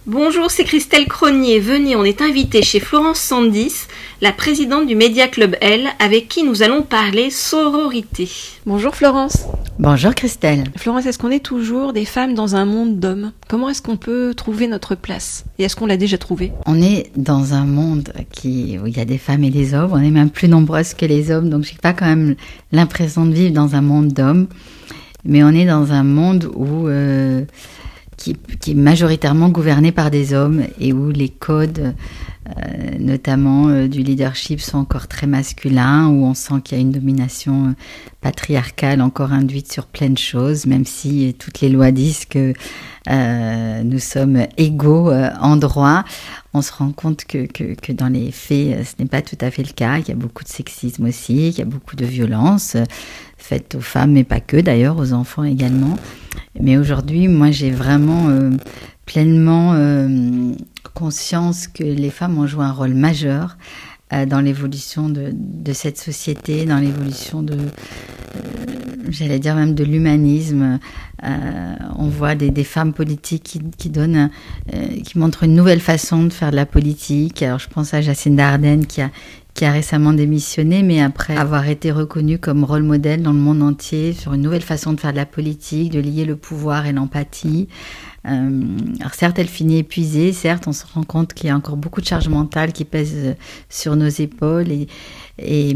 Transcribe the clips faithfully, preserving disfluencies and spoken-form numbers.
Bonjour, c'est Christelle Cronier. Venez, on est invité chez Florence Sandis, la présidente du Média Club L, avec qui nous allons parler sororité. Bonjour Florence. Bonjour Christelle. Florence, est-ce qu'on est toujours des femmes dans un monde d'hommes ? Comment est-ce qu'on peut trouver notre place ? Et est-ce qu'on l'a déjà trouvée ? On est dans un monde qui, où il y a des femmes et des hommes. On est même plus nombreuses que les hommes, donc j'ai pas quand même l'impression de vivre dans un monde d'hommes. Mais on est dans un monde où... Euh, Qui, qui est majoritairement gouverné par des hommes et où les codes, euh, notamment euh, du leadership, sont encore très masculins, où on sent qu'il y a une domination patriarcale encore induite sur plein de choses, même si toutes les lois disent que euh, nous sommes égaux euh, en droit. On se rend compte que, que, que dans les faits, ce n'est pas tout à fait le cas. Il y a beaucoup de sexisme aussi, qu'il y a beaucoup de violence euh, faites aux femmes, mais pas que d'ailleurs, aux enfants également. Mais aujourd'hui, moi, j'ai vraiment euh, pleinement euh, conscience que les femmes ont joué un rôle majeur euh, dans l'évolution de, de cette société, dans l'évolution de, euh, j'allais dire même de l'humanisme. Euh, on voit des, des femmes politiques qui, qui donnent, euh, qui montrent une nouvelle façon de faire de la politique. Alors, je pense à Jacinda Ardern qui a qui a récemment démissionné, mais après avoir été reconnue comme rôle modèle dans le monde entier sur une nouvelle façon de faire de la politique, de lier le pouvoir et l'empathie. Euh, alors certes, elle finit épuisée, certes, on se rend compte qu'il y a encore beaucoup de charge mentale qui pèse sur nos épaules et, et,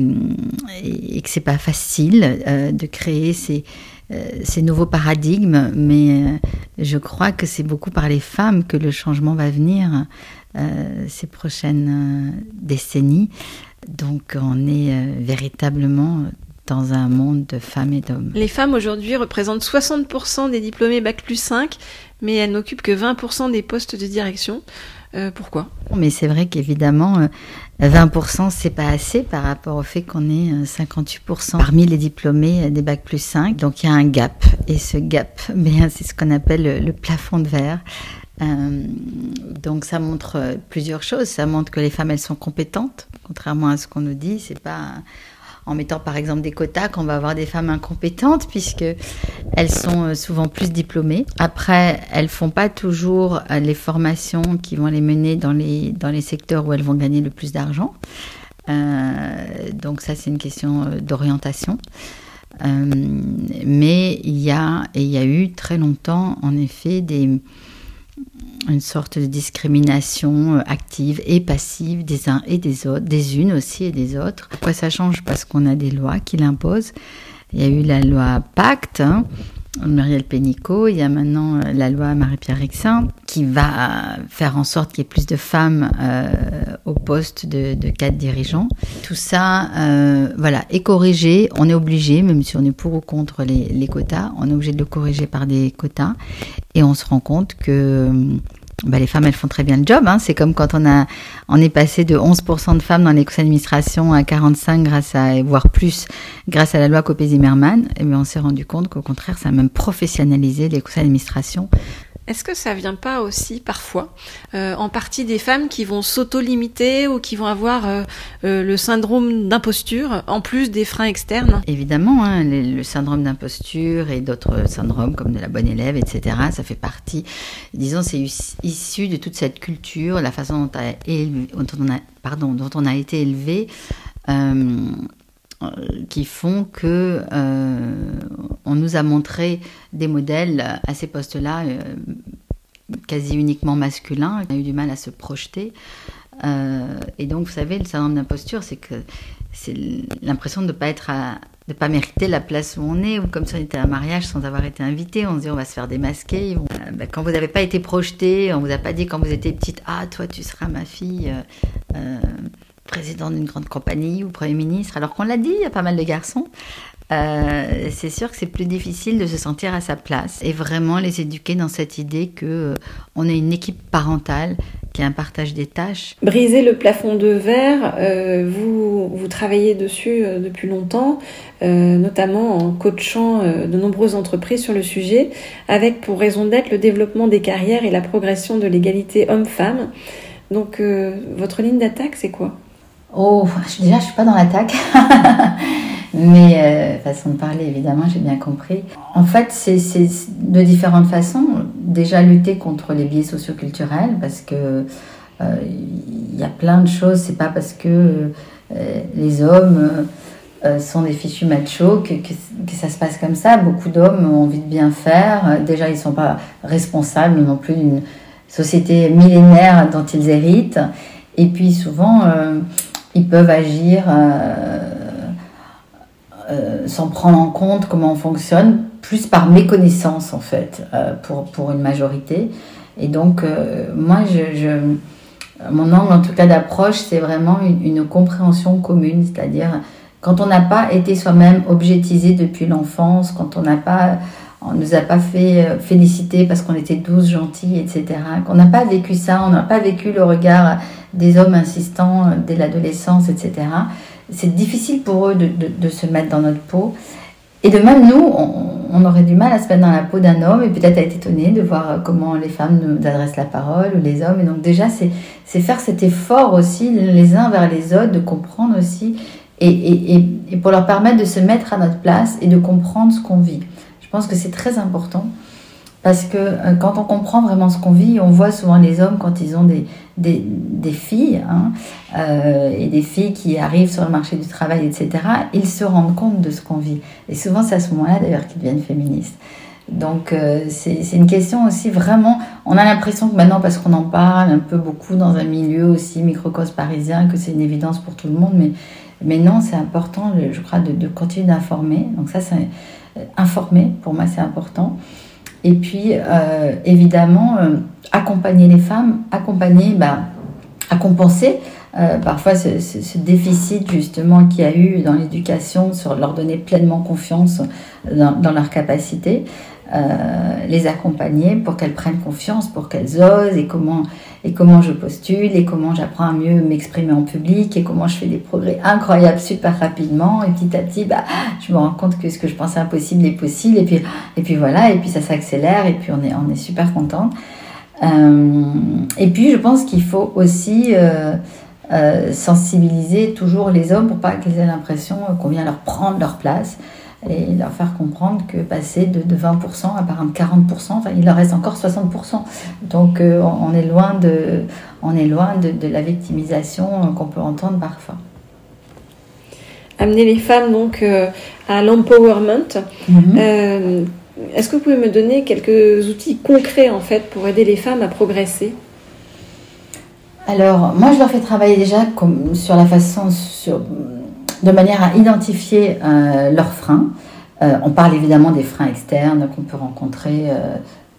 et que c'est pas facile euh, de créer ces, euh, ces nouveaux paradigmes, mais euh, je crois que c'est beaucoup par les femmes que le changement va venir euh, ces prochaines euh, décennies. Donc on est euh, véritablement dans un monde de femmes et d'hommes. Les femmes aujourd'hui représentent soixante pour cent des diplômés bac plus cinq, mais elles n'occupent que vingt pour cent des postes de direction. Euh, pourquoi ? Mais c'est vrai qu'évidemment, euh, vingt pour cent c'est pas assez par rapport au fait qu'on est euh, cinquante-huit pour cent parmi les diplômés euh, des bac plus cinq. Donc il y a un gap, et ce gap, bien, c'est ce qu'on appelle le, le plafond de verre. Euh, donc ça montre plusieurs choses. Ça montre que les femmes, elles sont compétentes, contrairement à ce qu'on nous dit. C'est pas en mettant par exemple des quotas qu'on va avoir des femmes incompétentes, puisque elles sont souvent plus diplômées. Après, elles font pas toujours les formations qui vont les mener dans les dans les secteurs où elles vont gagner le plus d'argent. Euh, donc ça, c'est une question d'orientation. Euh, mais il y a et il y a eu très longtemps, en effet, des une sorte de discrimination active et passive des uns et des autres, des unes aussi et des autres. Pourquoi ça change ? Parce qu'on a des lois qui l'imposent. Il y a eu la loi Pacte, hein, Muriel Pénicaud, il y a maintenant la loi Marie-Pierre Rixain, qui va faire en sorte qu'il y ait plus de femmes euh, au poste de, de cadres dirigeants. Tout ça, euh, voilà, est corrigé. On est obligé, même si on est pour ou contre les, les quotas, on est obligé de le corriger par des quotas. Et on se rend compte que bah, les femmes, elles font très bien le job. Hein. C'est comme quand on a, on est passé de onze pour cent de femmes dans les conseils d'administration à quarante-cinq grâce à, voire plus, grâce à la loi Copé-Zimmermann. Et bien, on s'est rendu compte qu'au contraire, ça a même professionnalisé les conseils d'administration. Est-ce que ça vient pas aussi parfois euh, en partie des femmes qui vont s'auto-limiter ou qui vont avoir euh, euh, le syndrome d'imposture en plus des freins externes ? Évidemment, hein, le, le syndrome d'imposture et d'autres syndromes comme de la bonne élève, et cetera. Ça fait partie, disons, c'est issu de toute cette culture, la façon dont, a élevé, dont, on, a, pardon, dont on a été élevé. Euh, qui font que euh, on nous a montré des modèles à ces postes-là euh, quasi uniquement masculins. On a eu du mal à se projeter. Euh, et donc, vous savez, le syndrome d'imposture, c'est que c'est l'impression de ne pas être à, de pas mériter la place où on est, ou comme si on était à un mariage sans avoir été invité. On se dit on va se faire démasquer. Euh, bah, quand vous n'avez pas été projeté, on vous a pas dit quand vous étiez petite, ah toi tu seras ma fille. Euh, euh, président d'une grande compagnie ou Premier ministre, alors qu'on l'a dit, il y a pas mal de garçons. Euh, c'est sûr que c'est plus difficile de se sentir à sa place et vraiment les éduquer dans cette idée qu'on euh, est une équipe parentale, qu'il y a un partage des tâches. Briser le plafond de verre, euh, vous, vous travaillez dessus euh, depuis longtemps, euh, notamment en coachant euh, de nombreuses entreprises sur le sujet, avec pour raison d'être le développement des carrières et la progression de l'égalité homme-femme. Donc, euh, votre ligne d'attaque, c'est quoi ? Oh, déjà, je ne suis pas dans l'attaque. Mais euh, façon de parler, évidemment, j'ai bien compris. En fait, c'est, c'est de différentes façons. Déjà, lutter contre les biais socioculturels, parce que il euh, y a plein de choses. C'est pas parce que euh, les hommes euh, sont des fichus machos que, que, que ça se passe comme ça. Beaucoup d'hommes ont envie de bien faire. Déjà, ils sont pas responsables non plus d'une société millénaire dont ils héritent. Et puis, souvent, euh, ils peuvent agir euh, euh, sans prendre en compte comment on fonctionne, plus par méconnaissance, en fait, euh, pour, pour une majorité. Et donc, euh, moi, je, je, mon angle, en tout cas, d'approche, c'est vraiment une, une compréhension commune, c'est-à-dire quand on n'a pas été soi-même objetisé depuis l'enfance, quand on n'a pas, on nous a pas fait féliciter parce qu'on était douce, gentils, et cetera, qu'on n'a pas vécu ça, on n'a pas vécu le regard des hommes insistants dès l'adolescence, et cetera, c'est difficile pour eux de, de, de se mettre dans notre peau. Et de même, nous, on, on aurait du mal à se mettre dans la peau d'un homme et peut-être à être étonné de voir comment les femmes nous adressent la parole ou les hommes. Et donc déjà, c'est, c'est faire cet effort aussi les uns vers les autres, de comprendre aussi et, et, et, et pour leur permettre de se mettre à notre place et de comprendre ce qu'on vit. Je pense que c'est très important parce que euh, quand on comprend vraiment ce qu'on vit, on voit souvent les hommes quand ils ont des, des, des filles hein, euh, et des filles qui arrivent sur le marché du travail, et cetera, ils se rendent compte de ce qu'on vit. Et souvent, c'est à ce moment-là d'ailleurs qu'ils deviennent féministes. Donc, euh, c'est, c'est une question aussi vraiment... On a l'impression que maintenant, parce qu'on en parle un peu beaucoup dans un milieu aussi microcosme parisien, que c'est une évidence pour tout le monde, mais, mais non, c'est important, je crois, de, de continuer d'informer. Donc ça, c'est informer, pour moi, c'est important. Et puis, euh, évidemment, euh, accompagner les femmes, accompagner, bah, à compenser euh, parfois ce, ce, ce déficit justement qu'il y a eu dans l'éducation, sur leur donner pleinement confiance dans, dans leurs capacités, euh, les accompagner pour qu'elles prennent confiance, pour qu'elles osent, et comment, et comment je postule, et comment j'apprends à mieux m'exprimer en public, et comment je fais des progrès incroyables super rapidement, et petit à petit, bah, je me rends compte que ce que je pensais impossible est possible, et puis, et puis voilà, et puis ça s'accélère, et puis on est, on est super contente. Euh, et puis je pense qu'il faut aussi euh, euh, sensibiliser toujours les hommes pour pas qu'ils aient l'impression qu'on vient leur prendre leur place, et leur faire comprendre que passer de, de vingt pour cent à par exemple quarante pour cent, enfin, il leur reste encore soixante pour cent. Donc euh, on est loin, de, on est loin de, de la victimisation qu'on peut entendre parfois. Amener les femmes donc euh, à l'empowerment. Mm-hmm. Euh, est-ce que vous pouvez me donner quelques outils concrets en fait pour aider les femmes à progresser ? Alors moi je leur fais travailler déjà comme, sur la façon... Sur, de manière à identifier euh, leurs freins. Euh, on parle évidemment des freins externes qu'on peut rencontrer euh,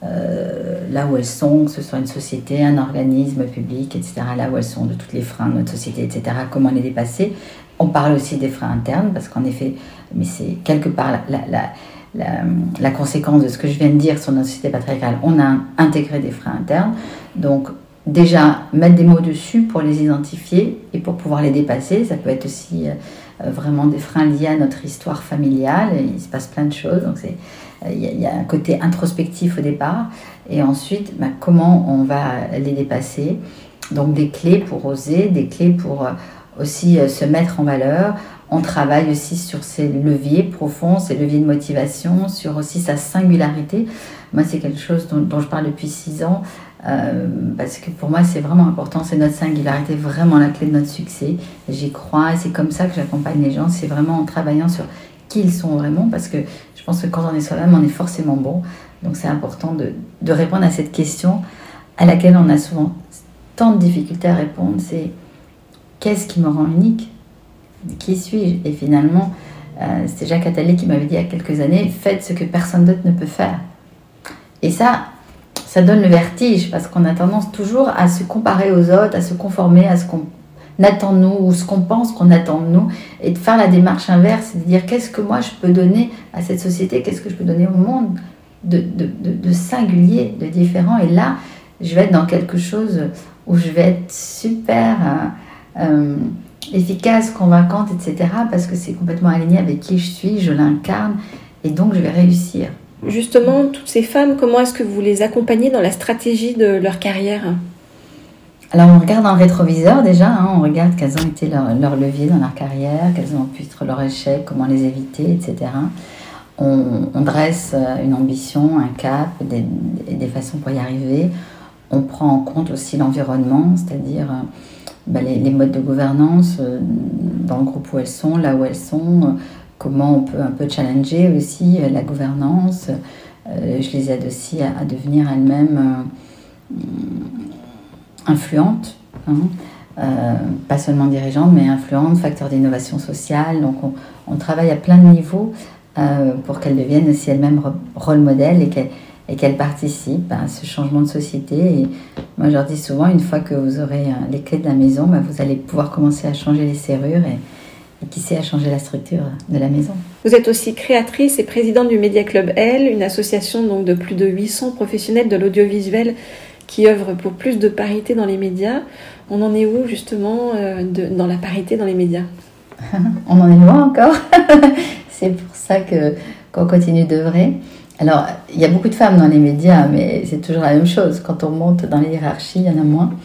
euh, là où elles sont, que ce soit une société, un organisme public, et cetera, là où elles sont, de tous les freins de notre société, et cetera, comment les dépasser. On parle aussi des freins internes, parce qu'en effet, mais c'est quelque part la, la, la, la, la conséquence de ce que je viens de dire sur notre société patriarcale. On a intégré des freins internes, donc déjà mettre des mots dessus pour les identifier et pour pouvoir les dépasser. Ça peut être aussi euh, vraiment des freins liés à notre histoire familiale. Il se passe plein de choses, donc c'est il euh, y, y a un côté introspectif au départ, et ensuite bah, comment on va les dépasser. Donc des clés pour oser, des clés pour euh, aussi euh, se mettre en valeur. On travaille aussi sur ces leviers profonds, ces leviers de motivation, sur aussi sa singularité. Moi, c'est quelque chose dont, dont je parle depuis six ans, euh, parce que pour moi, c'est vraiment important. C'est notre singularité, vraiment la clé de notre succès. J'y crois, et c'est comme ça que j'accompagne les gens. C'est vraiment en travaillant sur qui ils sont vraiment, parce que je pense que quand on est soi-même, on est forcément bon. Donc, c'est important de, de répondre à cette question à laquelle on a souvent tant de difficultés à répondre. C'est qu'est-ce qui me rend unique ? Qui suis-je ? Et finalement, euh, c'était Jacques Attali qui m'avait dit il y a quelques années, faites ce que personne d'autre ne peut faire. Et ça, ça donne le vertige, parce qu'on a tendance toujours à se comparer aux autres, à se conformer à ce qu'on attend de nous, ou ce qu'on pense qu'on attend de nous, et de faire la démarche inverse, de dire qu'est-ce que moi je peux donner à cette société, qu'est-ce que je peux donner au monde de, de, de, de singulier, de différent. Et là, je vais être dans quelque chose où je vais être super... Euh, euh, efficace, convaincante, et cetera, parce que c'est complètement aligné avec qui je suis, je l'incarne, et donc je vais réussir. Justement, toutes ces femmes, comment est-ce que vous les accompagnez dans la stratégie de leur carrière ? Alors on regarde dans le rétroviseur déjà, hein, on regarde quels ont été leurs leur leviers dans leur carrière, quels ont pu être leurs échecs, comment les éviter, et cetera. On, on dresse une ambition, un cap, des, des façons pour y arriver. On prend en compte aussi l'environnement, c'est-à-dire bah, les, les modes de gouvernance euh, dans le groupe où elles sont, là où elles sont, euh, comment on peut un peu challenger aussi euh, la gouvernance. Euh, je les aide aussi à, à devenir elles-mêmes euh, influentes, hein, euh, pas seulement dirigeantes, mais influentes, facteurs d'innovation sociale. Donc on, on travaille à plein de niveaux euh, pour qu'elles deviennent aussi elles-mêmes rôle modèle et qu'elles, et qu'elles participent à ce changement de société. Et moi je leur dis souvent, une fois que vous aurez euh, les clés de la maison, bah, vous allez pouvoir commencer à changer les serrures et, et qui sait à changer la structure de la maison. Vous êtes aussi créatrice et présidente du Média Club Elle, une association donc de plus de huit cents professionnels de l'audiovisuel qui œuvrent pour plus de parité dans les médias. On en est où justement euh, de, dans la parité dans les médias? On en est loin encore. C'est pour ça que, qu'on continue d'œuvrer. Alors, il y a beaucoup de femmes dans les médias, mais c'est toujours la même chose. Quand on monte dans les hiérarchies, il y en a moins.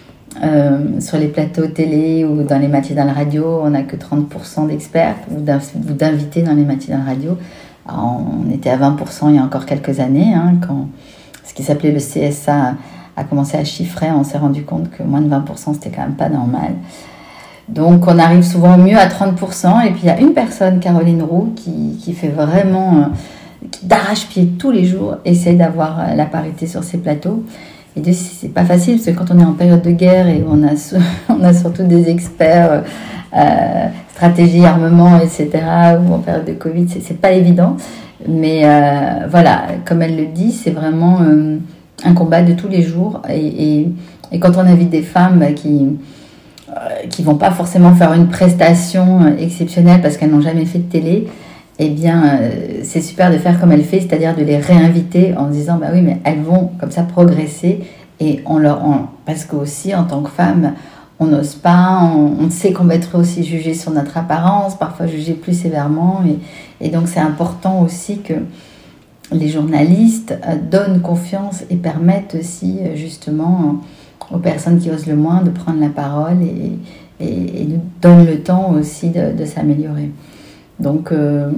Euh, sur les plateaux télé ou dans les matinales radio, on n'a que trente pour cent d'experts ou d'invités dans les matinales radio. Alors, on était à vingt pour cent il y a encore quelques années, hein, quand ce qui s'appelait le C S A a commencé à chiffrer. On s'est rendu compte que moins de vingt pour cent, c'était quand même pas normal. Donc, on arrive souvent mieux à trente pour cent. Et puis, il y a une personne, Caroline Roux, qui, qui fait vraiment, euh, qui d'arrache-pied tous les jours, essaie d'avoir euh, la parité sur ses plateaux. Et de, c'est pas facile, parce que quand on est en période de guerre et on a, on a surtout des experts, euh, stratégie, armement, et cetera, ou en période de Covid, c'est, c'est pas évident. Mais euh, voilà, comme elle le dit, c'est vraiment euh, un combat de tous les jours. Et, et, et quand on invite des femmes qui euh, qui vont pas forcément faire une prestation exceptionnelle parce qu'elles n'ont jamais fait de télé, eh bien, euh, c'est super de faire comme elle fait, c'est-à-dire de les réinviter en disant, bah oui, mais elles vont comme ça progresser. Et on leur, on, parce qu'aussi, en tant que femme, on n'ose pas, on, on sait qu'on va être aussi jugé sur notre apparence, parfois jugé plus sévèrement. Et, et donc, c'est important aussi que les journalistes donnent confiance et permettent aussi, justement, aux personnes qui osent le moins de prendre la parole et, et, et nous donnent le temps aussi de, de s'améliorer. Donc, euh,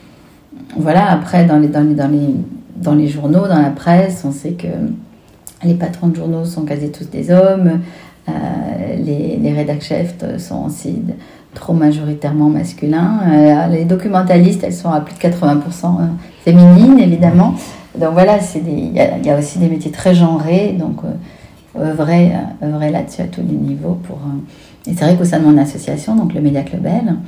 voilà, après, dans les, dans, les, dans, les, dans les journaux, dans la presse, on sait que les patrons de journaux sont quasi tous des hommes, euh, les, les rédac-chefs sont aussi trop majoritairement masculins, euh, les documentalistes, elles sont à plus de quatre-vingts pour cent féminines, évidemment. Donc voilà, il y, y a aussi des métiers très genrés, donc il euh, faut œuvrer, œuvrer là-dessus à tous les niveaux. Pour, euh, et c'est vrai qu'au sein de mon association, donc le Média Club Elle,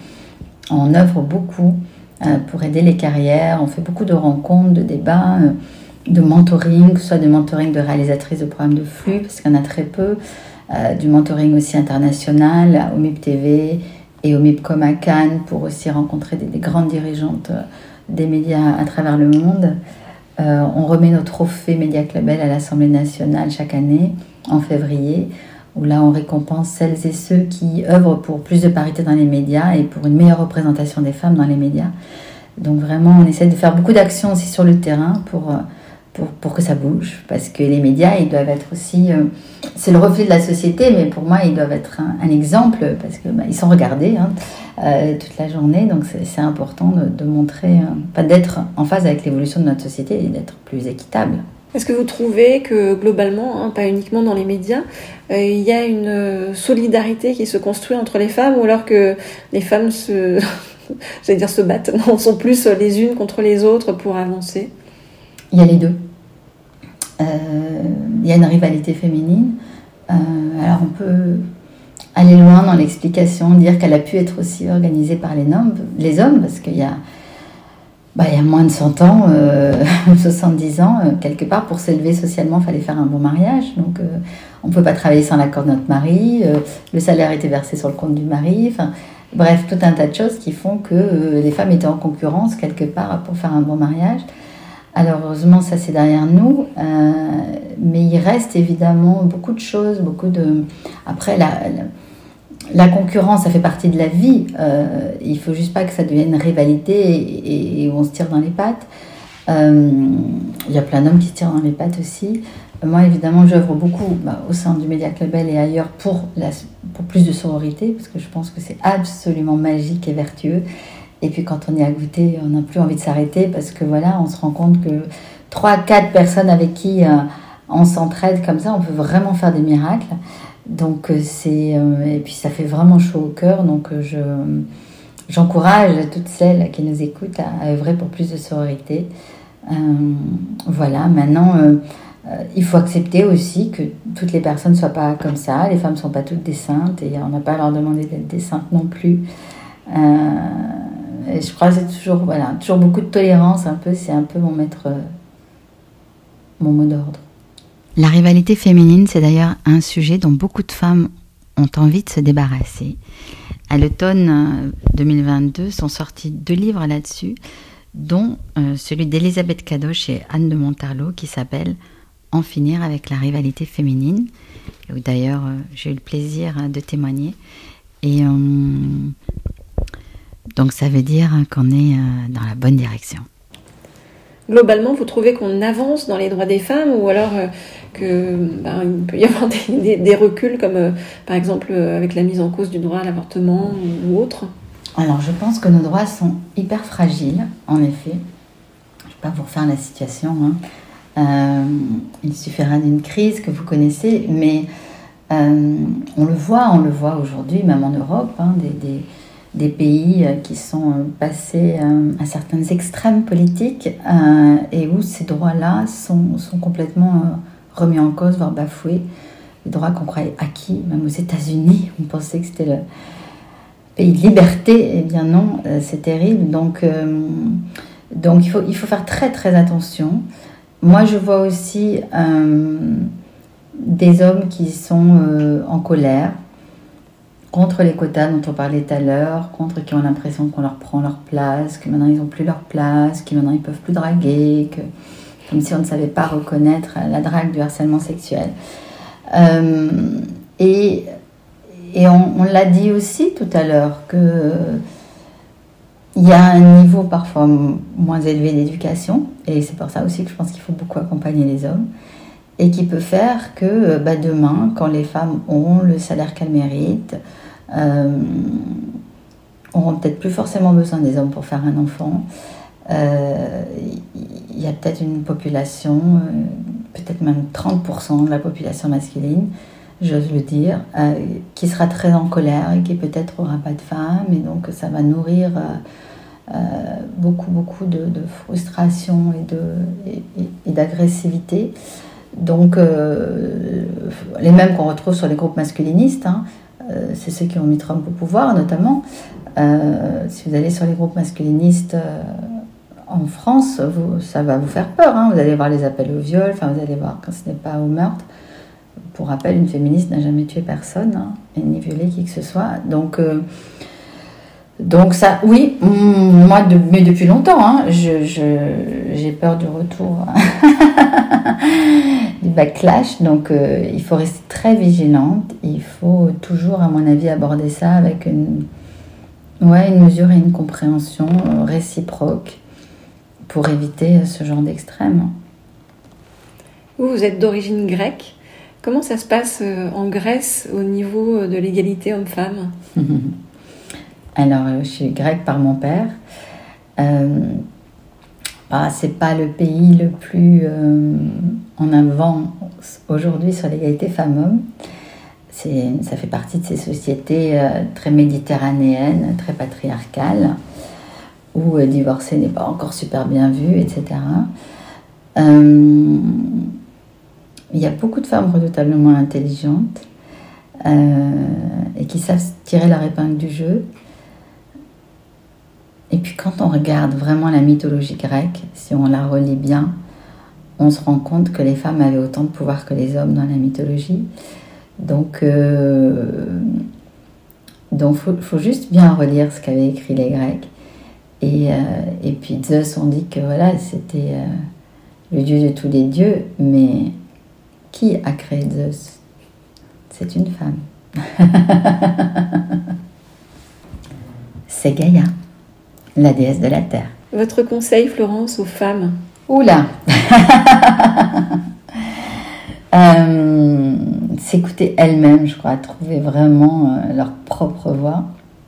on œuvre beaucoup euh, pour aider les carrières, on fait beaucoup de rencontres, de débats, euh, de mentoring, que ce soit de mentoring de réalisatrices de programmes de flux, parce qu'il y en a très peu, euh, du mentoring aussi international, au M I P T V et au MIPCOM à Cannes, pour aussi rencontrer des, des grandes dirigeantes euh, des médias à travers le monde. Euh, on remet nos trophées Média Club Elle à l'Assemblée nationale chaque année, en février, où là on récompense celles et ceux qui œuvrent pour plus de parité dans les médias et pour une meilleure représentation des femmes dans les médias. Donc vraiment, on essaie de faire beaucoup d'actions aussi sur le terrain pour, pour, pour que ça bouge, parce que les médias, ils doivent être aussi... Euh, c'est le reflet de la société, mais pour moi, ils doivent être un, un exemple, parce que bah, ils sont regardés hein, euh, toute la journée, donc c'est, c'est important de, de montrer, euh, enfin, d'être en phase avec l'évolution de notre société et d'être plus équitable. Est-ce que vous trouvez que globalement, hein, pas uniquement dans les médias, euh, il y a une solidarité qui se construit entre les femmes, ou alors que les femmes se, j'allais dire se battent, non, sont plus les unes contre les autres pour avancer? Il y a les deux. Euh, il y a une rivalité féminine. Euh, alors on peut aller loin dans l'explication, dire qu'elle a pu être aussi organisée par les hommes, les hommes parce qu'il y a Bah, il y a moins de cent ans, euh, soixante-dix ans, euh, quelque part, pour s'élever socialement, il fallait faire un bon mariage. Donc, euh, on ne peut pas travailler sans l'accord de notre mari. Euh, le salaire était versé sur le compte du mari. Enfin, bref, tout un tas de choses qui font que euh, les femmes étaient en concurrence, quelque part, pour faire un bon mariage. Alors, heureusement, ça, c'est derrière nous. Euh, mais il reste évidemment beaucoup de choses, beaucoup de... Après, la... la La concurrence, ça fait partie de la vie. Euh, il ne faut juste pas que ça devienne une rivalité et, et, et on se tire dans les pattes. Euh, il y a plein d'hommes qui se tirent dans les pattes aussi. moi, évidemment, j'œuvre beaucoup bah, au sein du Mediac Label et ailleurs pour, la, pour plus de sororité, parce que je pense que c'est absolument magique et vertueux. Et puis quand on y a goûté, on n'a plus envie de s'arrêter, parce que voilà, on se rend compte que trois, quatre personnes avec qui euh, on s'entraide comme ça, on peut vraiment faire des miracles. Donc c'est euh, et puis ça fait vraiment chaud au cœur. Donc je j'encourage toutes celles qui nous écoutent à, à œuvrer pour plus de sororité. Euh, voilà. Maintenant, euh, euh, il faut accepter aussi que toutes les personnes ne soient pas comme ça. Les femmes ne sont pas toutes des saintes et on n'a pas à leur demander d'être des saintes non plus. Euh, et je crois que c'est toujours voilà toujours beaucoup de tolérance. Un peu, c'est un peu mon maître, euh, mon mot d'ordre. La rivalité féminine, c'est d'ailleurs un sujet dont beaucoup de femmes ont envie de se débarrasser. À l'automne deux mille vingt-deux sont sortis deux livres là-dessus, dont euh, celui d'Elisabeth Cadoche et Anne de Montarlot qui s'appelle « En finir avec la rivalité féminine », où d'ailleurs euh, j'ai eu le plaisir euh, de témoigner. Et euh, donc ça veut dire qu'on est euh, dans la bonne direction. Globalement, vous trouvez qu'on avance dans les droits des femmes ou alors euh, que ben, il peut y avoir des, des, des reculs comme euh, par exemple euh, avec la mise en cause du droit à l'avortement ou, ou autre? Alors je pense que nos droits sont hyper fragiles, en effet. Je ne vais pas vous refaire la situation. Hein. Euh, il suffira d'une crise que vous connaissez, mais euh, on le voit, on le voit aujourd'hui, même en Europe, hein, des, des des pays qui sont passés à certains extrêmes politiques euh, et où ces droits-là sont, sont complètement remis en cause, voire bafoués. Les droits qu'on croyait acquis, même aux États-Unis, on pensait que c'était le pays de liberté. Eh bien non, c'est terrible. Donc, euh, donc il faut, il faut faire très très attention. Moi, je vois aussi euh, des hommes qui sont euh, en colère contre les quotas dont on parlait tout à l'heure, contre qui ont l'impression qu'on leur prend leur place, que maintenant ils n'ont plus leur place, que maintenant ils ne peuvent plus draguer, que, comme si on ne savait pas reconnaître la drague du harcèlement sexuel. Euh, et et on, on l'a dit aussi tout à l'heure, qu'il euh, y a un niveau parfois moins élevé d'éducation, et c'est pour ça aussi que je pense qu'il faut beaucoup accompagner les hommes, et qui peut faire que bah, demain, quand les femmes auront le salaire qu'elles méritent, euh, auront peut-être plus forcément besoin des hommes pour faire un enfant, euh, il y a peut-être une population, euh, peut-être même trente pour cent de la population masculine, j'ose le dire, euh, qui sera très en colère et qui peut-être aura pas de femme, et donc ça va nourrir euh, euh, beaucoup, beaucoup de, de frustration et, de, et, et, et d'agressivité. Donc, euh, les mêmes qu'on retrouve sur les groupes masculinistes, hein, euh, c'est ceux qui ont mis Trump au pouvoir, notamment. Euh, si vous allez sur les groupes masculinistes euh, en France, vous, ça va vous faire peur. Hein. Vous allez voir les appels au viol, enfin, vous allez voir quand ce n'est pas au meurtre. Pour rappel, une féministe n'a jamais tué personne, hein, et ni violé qui que ce soit. Donc, euh, donc ça, oui, moi, de, mais depuis longtemps, hein, je, je, j'ai peur du retour du backlash. Donc, euh, il faut rester très vigilante. Il faut toujours, à mon avis, aborder ça avec une, ouais, une mesure et une compréhension réciproque pour éviter ce genre d'extrême. Vous, vous êtes d'origine grecque. Comment ça se passe en Grèce au niveau de l'égalité homme-femme? Alors, je suis grecque par mon père. Euh, bah, c'est pas le pays le plus euh, en avant aujourd'hui sur l'égalité femmes-hommes. C'est, ça fait partie de ces sociétés euh, très méditerranéennes, très patriarcales, où euh, divorcer n'est pas encore super bien vu, et cetera. Euh, il y a beaucoup de femmes redoutablement intelligentes euh, et qui savent tirer leur épingle du jeu. Et puis quand on regarde vraiment la mythologie grecque, si on la relit bien, on se rend compte que les femmes avaient autant de pouvoir que les hommes dans la mythologie. Donc, euh, donc faut, faut juste bien relire ce qu'avaient écrit les Grecs. Et, euh, et puis Zeus, on dit que voilà, c'était euh, le dieu de tous les dieux, mais qui a créé Zeus? C'est une femme. C'est Gaïa, la déesse de la terre. Votre conseil, Florence, aux femmes? Oula. Euh, s'écouter elles-mêmes, je crois, trouver vraiment euh, leur propre voix.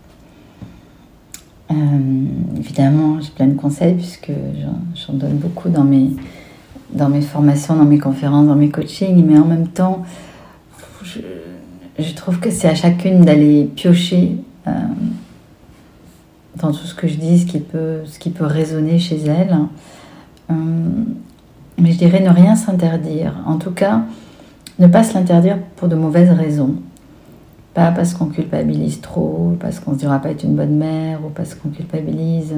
Euh, évidemment, j'ai plein de conseils puisque j'en, j'en donne beaucoup dans mes, dans mes formations, dans mes conférences, dans mes coachings, mais en même temps, je, je trouve que c'est à chacune d'aller piocher euh, dans tout ce que je dis, ce qui peut, ce qui peut résonner chez elle. Euh, mais je dirais ne rien s'interdire. En tout cas, ne pas se l'interdire pour de mauvaises raisons. Pas parce qu'on culpabilise trop, parce qu'on se dira pas être une bonne mère, ou parce qu'on culpabilise,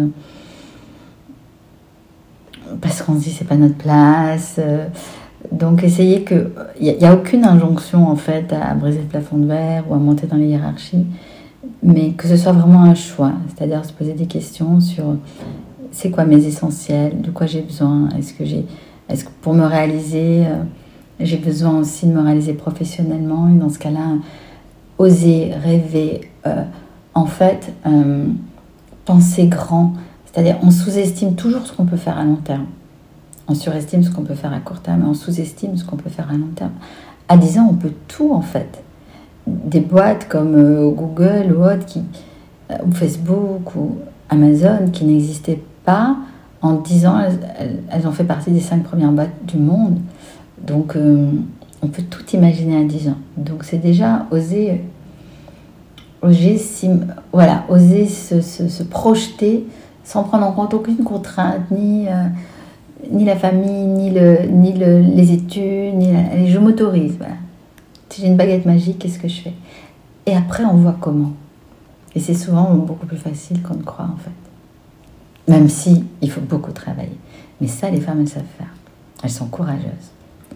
parce qu'on se dit c'est pas notre place. Donc essayez que... Il n'y a, a aucune injonction en fait à briser le plafond de verre ou à monter dans les hiérarchies, mais que ce soit vraiment un choix, c'est-à-dire se poser des questions sur c'est quoi mes essentiels, de quoi j'ai besoin, est-ce que j'ai... Est-ce que pour me réaliser, euh, j'ai besoin aussi de me réaliser professionnellement, et dans ce cas-là, oser, rêver, euh, en fait, euh, penser grand. C'est-à-dire, on sous-estime toujours ce qu'on peut faire à long terme. On surestime ce qu'on peut faire à court terme, et on sous-estime ce qu'on peut faire à long terme. À dix ans, on peut tout, en fait. Des boîtes comme euh, Google ou autres, qui, euh, ou Facebook ou Amazon, qui n'existaient pas, en dix ans, elles, elles, elles ont fait partie des cinq premières boîtes du monde. Donc, euh, on peut tout imaginer à dix ans. Donc, c'est déjà oser, oser, voilà, oser se, se, se projeter sans prendre en compte aucune contrainte, ni, euh, ni la famille, ni, le, ni le, les études, ni la, et je m'autorise. Voilà. Si j'ai une baguette magique, qu'est-ce que je fais? Et après, on voit comment. Et c'est souvent beaucoup plus facile qu'on ne croit, en fait. Même si il faut beaucoup travailler. Mais ça, les femmes, elles savent faire. Elles sont courageuses.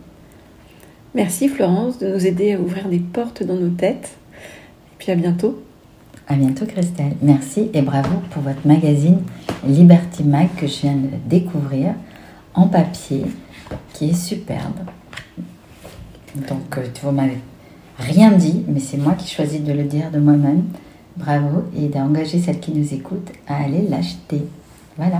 Merci Florence de nous aider à ouvrir des portes dans nos têtes. Et puis à bientôt. À bientôt Christelle. Merci et bravo pour votre magazine Liberty Mag que je viens de découvrir en papier, qui est superbe. Donc tu vois, m'avez rien dit, mais c'est moi qui choisis de le dire de moi-même. Bravo et d'engager celles qui nous écoutent à aller l'acheter. Voilà.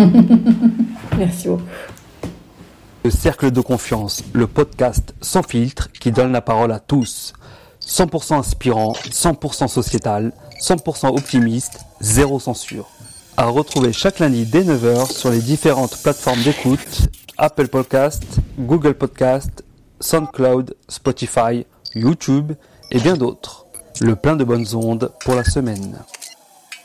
Merci beaucoup. Le Cercle de Confiance, le podcast sans filtre qui donne la parole à tous. cent pour cent inspirant, cent pour cent sociétal, cent pour cent optimiste, zéro censure. À retrouver chaque lundi dès neuf heures sur les différentes plateformes d'écoute, Apple Podcast, Google Podcast, SoundCloud, Spotify, YouTube et bien d'autres. Le plein de bonnes ondes pour la semaine.